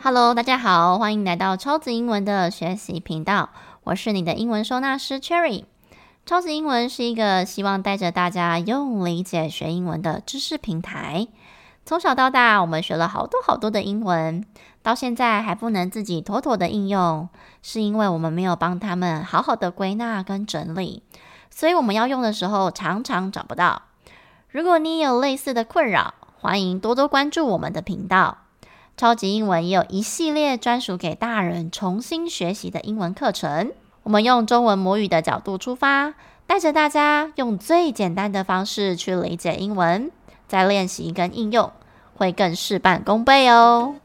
Hello，大家好，欢迎来到超级英文的学习频道，我是你的英文收纳师 Cherry。超级英文是一个希望带着大家用理解学英文的知识平台。从小到大，我们学了好多的英文，到现在还不能自己妥妥的应用，是因为我们没有帮他们好好的归纳跟整理，所以我们要用的时候常常找不到。如果你也有类似的困扰，欢迎多多关注我们的频道。超级英文也有一系列专属给大人重新学习的英文课程，我们用中文母语的角度出发，带着大家用最简单的方式去理解英文，再练习跟应用，会更事半功倍哦。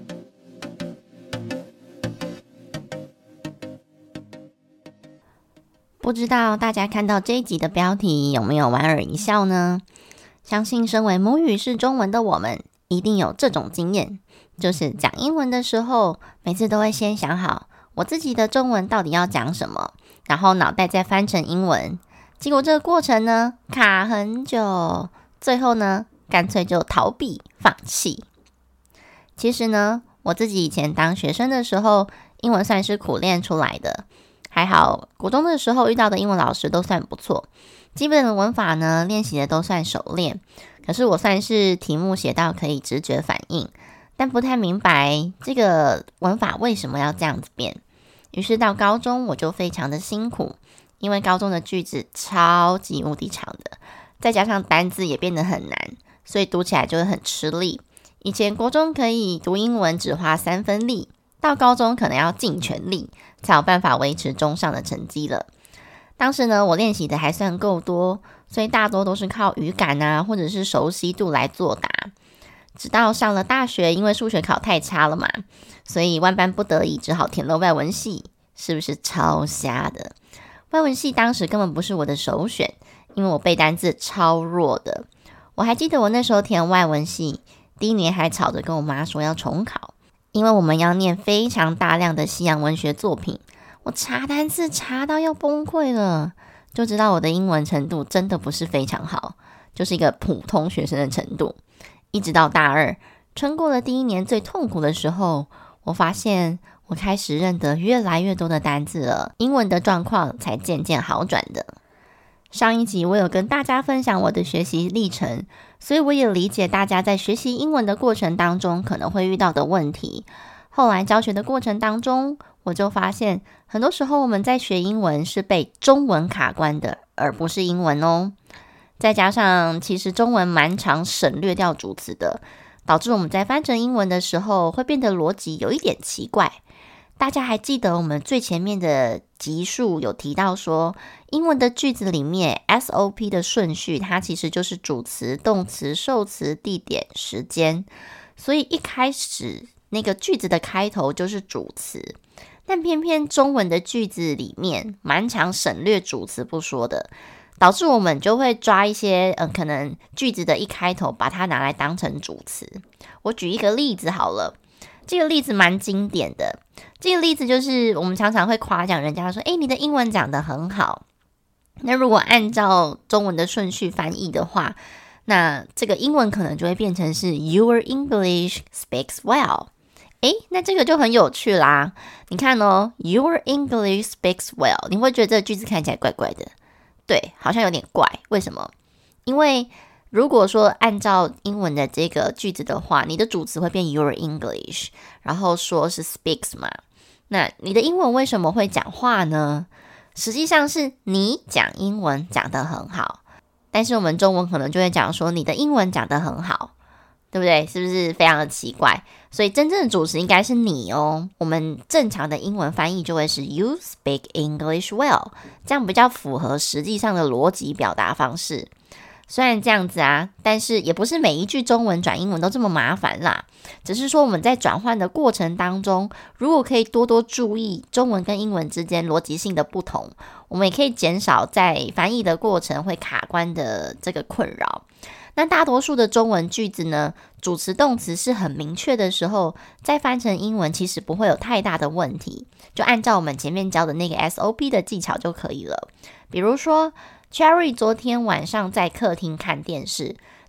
不知道大家看到这一集的标题有没有莞尔一笑呢？相信身为母语是中文的我们，一定有这种经验，就是讲英文的时候，每次都会先想好我自己的中文到底要讲什么，然后脑袋再翻成英文，结果这个过程呢卡很久，最后呢干脆就逃避放弃。其实呢，我自己以前当学生的时候，英文算是苦练出来的，还好国中的时候遇到的英文老师都算不错，基本的文法呢练习的都算熟练，可是我算是题目写到可以直觉反应，但不太明白这个文法为什么要这样子变。于是到高中我就非常的辛苦，因为高中的句子超级无敌长的，再加上单字也变得很难，所以读起来就会很吃力。以前国中可以读英文只花3分力，到高中可能要尽全力才有办法维持中上的成绩了。当时呢，我练习的还算够多，所以大多都是靠语感啊，或者是熟悉度来作答。直到上了大学，因为数学考太差了嘛，所以万般不得已只好填了外文系，是不是超瞎的？外文系当时根本不是我的首选，因为我背单字超弱的。我还记得我那时候填外文系，第一年还吵着跟我妈说要重考，因为我们要念非常大量的西洋文学作品，我查单字查到要崩溃了，就知道我的英文程度真的不是非常好，就是一个普通学生的程度。一直到大二，撑过了第一年最痛苦的时候，我发现我开始认得越来越多的单字了，英文的状况才渐渐好转的。上一集我有跟大家分享我的学习历程，所以我也理解大家在学习英文的过程当中可能会遇到的问题。后来教学的过程当中，我就发现很多时候我们在学英文是被中文卡关的，而不是英文哦。再加上其实中文蛮常省略掉主词的，导致我们在翻成英文的时候会变得逻辑有一点奇怪。大家还记得我们最前面的集数有提到说，英文的句子里面 SOP 的顺序它其实就是主词、动词、受词、地点、时间，所以一开始那个句子的开头就是主词，但偏偏中文的句子里面蛮常省略主词不说的，导致我们就会抓一些可能句子的一开头把它拿来当成主词。我举一个例子好了，这个例子蛮经典的。这个例子就是我们常常会夸奖人家说，你的英文讲得很好。那如果按照中文的顺序翻译的话，那这个英文可能就会变成是 Your English speaks well。那这个就很有趣啦。你看哦 Your English speaks well， 你会觉得这个句子看起来怪怪的。对，好像有点怪。为什么？因为如果说按照英文的这个句子的话，你的主词会变 Your English， 然后说是 speaks 嘛，那你的英文为什么会讲话呢？实际上是你讲英文讲得很好，但是我们中文可能就会讲说你的英文讲得很好，对不对？是不是非常的奇怪？所以真正的主词应该是你哦。我们正常的英文翻译就会是 You speak English well， 这样比较符合实际上的逻辑表达方式。虽然这样子啊，但是也不是每一句中文转英文都这么麻烦啦。只是说我们在转换的过程当中，如果可以多多注意中文跟英文之间逻辑性的不同，我们也可以减少在翻译的过程会卡关的这个困扰。那大多数的中文句子呢，主词动词是很明确的时候，再翻成英文其实不会有太大的问题，就按照我们前面教的那个 SOP 的技巧就可以了。比如说 Cherry 昨天晚上在客厅看电视，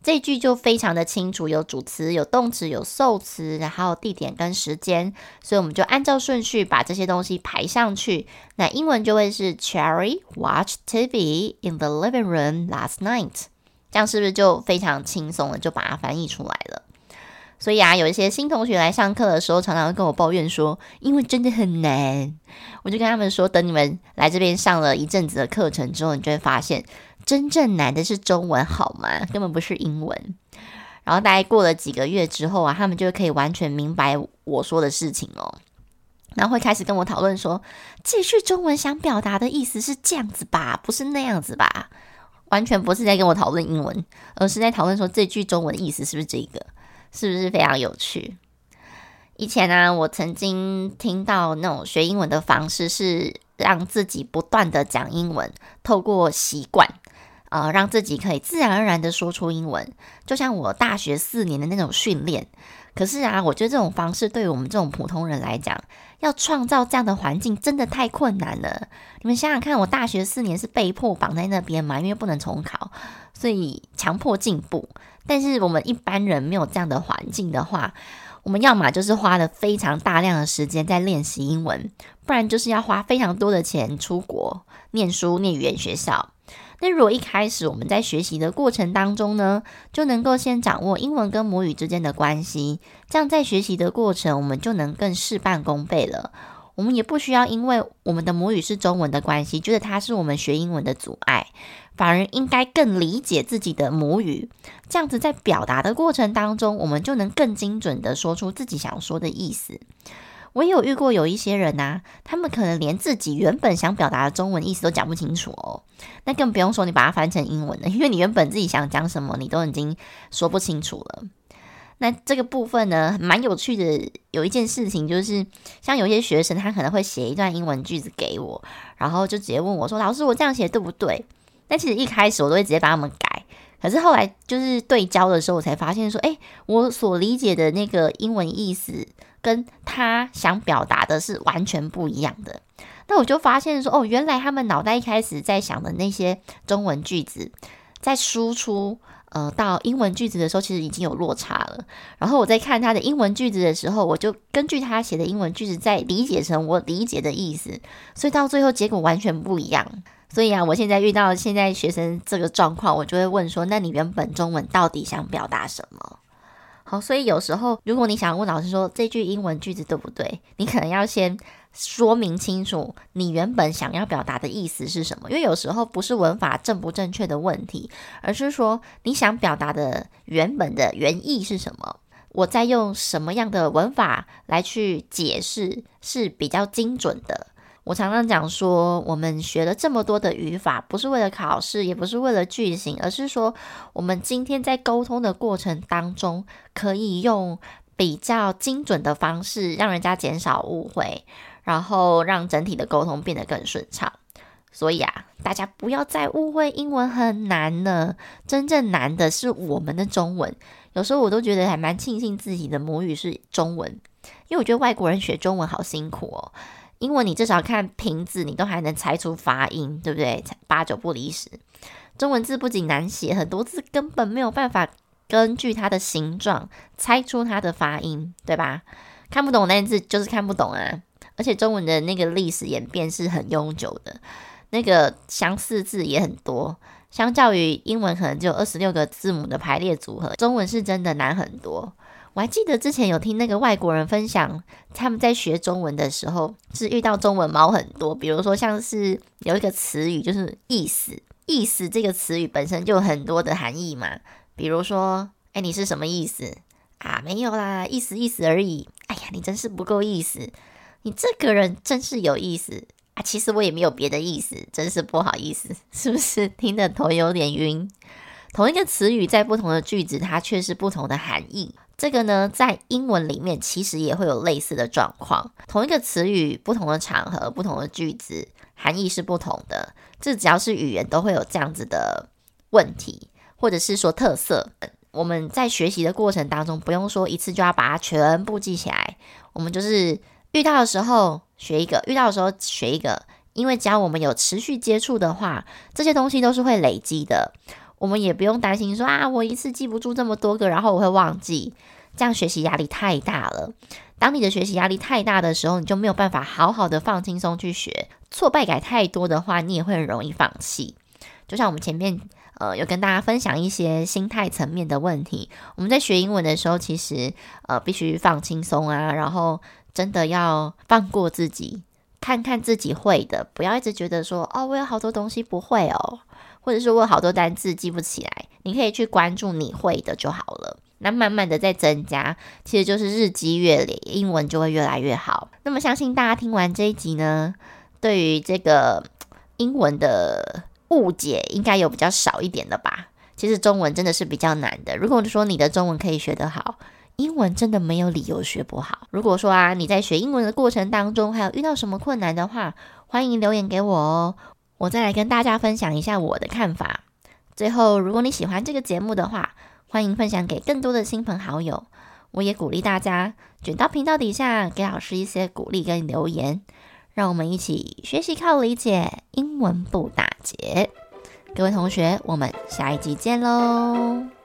这一句就非常的清楚，有主词、有动词、有受词，然后地点跟时间，所以我们就按照顺序把这些东西排上去。那英文就会是 Cherry watched TV in the living room last night， 这样是不是就非常轻松了，就把它翻译出来了？所以啊，有一些新同学来上课的时候，常常会跟我抱怨说，英文真的很难。我就跟他们说，等你们来这边上了一阵子的课程之后，你就会发现，真正难的是中文，好吗？根本不是英文。然后大概过了几个月之后啊，他们就可以完全明白我说的事情哦。然后会开始跟我讨论说，这句中文想表达的意思是这样子吧，不是那样子吧？完全不是在跟我讨论英文，而是在讨论说这句中文的意思是不是这个。是不是非常有趣？以前呢，我曾经听到那种学英文的方式是让自己不断的讲英文，透过习惯，让自己可以自然而然的说出英文，就像我大学4年的那种训练。可是啊，我觉得这种方式对于我们这种普通人来讲，要创造这样的环境真的太困难了。你们想想看，我大学4年是被迫绑在那边嘛，因为不能重考，所以强迫进步。但是我们一般人没有这样的环境的话，我们要么就是花了非常大量的时间在练习英文，不然就是要花非常多的钱出国念书，念语言学校。那如果一开始我们在学习的过程当中呢，就能够先掌握英文跟母语之间的关系，这样在学习的过程我们就能更事半功倍了。我们也不需要因为我们的母语是中文的关系，觉得它是我们学英文的阻碍，反而应该更理解自己的母语，这样子在表达的过程当中，我们就能更精准的说出自己想说的意思。我也有遇过有一些人啊，他们可能连自己原本想表达的中文意思都讲不清楚哦，那更不用说你把它翻成英文了，因为你原本自己想讲什么你都已经说不清楚了。那这个部分呢，蛮有趣的。有一件事情就是，像有些学生他可能会写一段英文句子给我，然后就直接问我说：“老师，我这样写对不对？”但其实一开始我都会直接帮他们改，可是后来就是对焦的时候，我才发现说，我所理解的那个英文意思跟他想表达的是完全不一样的。那我就发现说，原来他们脑袋一开始在想的那些中文句子，在输出到英文句子的时候，其实已经有落差了。然后我在看他的英文句子的时候，我就根据他写的英文句子再理解成我理解的意思，所以到最后结果完全不一样。所以啊，我现在遇到现在学生这个状况，我就会问说，那你原本中文到底想表达什么？好，所以有时候如果你想问老师说这句英文句子对不对，你可能要先说明清楚你原本想要表达的意思是什么，因为有时候不是文法正不正确的问题，而是说你想表达的原本的原意是什么，我再用什么样的文法来去解释是比较精准的。我常常讲说，我们学了这么多的语法，不是为了考试，也不是为了句型，而是说我们今天在沟通的过程当中，可以用比较精准的方式，让人家减少误会，然后让整体的沟通变得更顺畅。所以啊，大家不要再误会英文很难了，真正难的是我们的中文。有时候我都觉得还蛮庆幸自己的母语是中文，因为我觉得外国人学中文好辛苦哦。英文你至少看瓶子，你都还能猜出发音，对不对？8、9不离10。中文字不仅难写，很多字根本没有办法根据它的形状猜出它的发音，对吧？看不懂那字就是看不懂啊。而且中文的那个历史演变是很悠久的，那个相似字也很多，相较于英文可能只有26个字母的排列组合，中文是真的难很多。我还记得之前有听那个外国人分享，他们在学中文的时候是遇到中文猫很多，比如说像是有一个词语就是意思，意思这个词语本身就有很多的含义嘛，比如说你是什么意思啊？没有啦，意思而已。哎呀，你真是不够意思，你这个人真是有意思啊！其实我也没有别的意思，真是不好意思，是不是听得头有点晕？同一个词语在不同的句子，它却是不同的含义。这个呢，在英文里面其实也会有类似的状况。同一个词语，不同的场合，不同的句子，含义是不同的。这只要是语言都会有这样子的问题，或者是说特色。我们在学习的过程当中，不用说一次就要把它全部记起来，我们就是遇到的时候学一个，遇到的时候学一个。因为只要我们有持续接触的话，这些东西都是会累积的。 我们也不用担心说我一次记不住这么多个，然后我会忘记，这样学习压力太大了。当你的学习压力太大的时候，你就没有办法好好的放轻松去学，挫败感太多的话，你也会很容易放弃。就像我们前面有跟大家分享一些心态层面的问题，我们在学英文的时候，其实必须放轻松啊，然后真的要放过自己，看看自己会的，不要一直觉得说我有好多东西不会哦，或者是我有好多单字记不起来，你可以去关注你会的就好了。那慢慢的在增加，其实就是日积月累，英文就会越来越好。那么相信大家听完这一集呢，对于这个英文的误解应该有比较少一点的吧。其实中文真的是比较难的，如果说你的中文可以学得好，英文真的没有理由学不好。如果说你在学英文的过程当中还有遇到什么困难的话，欢迎留言给我哦，我再来跟大家分享一下我的看法。最后，如果你喜欢这个节目的话，欢迎分享给更多的亲朋好友。我也鼓励大家卷到频道底下给老师一些鼓励跟留言，让我们一起学习靠理解，英文不打结。各位同学，我们下一集见咯。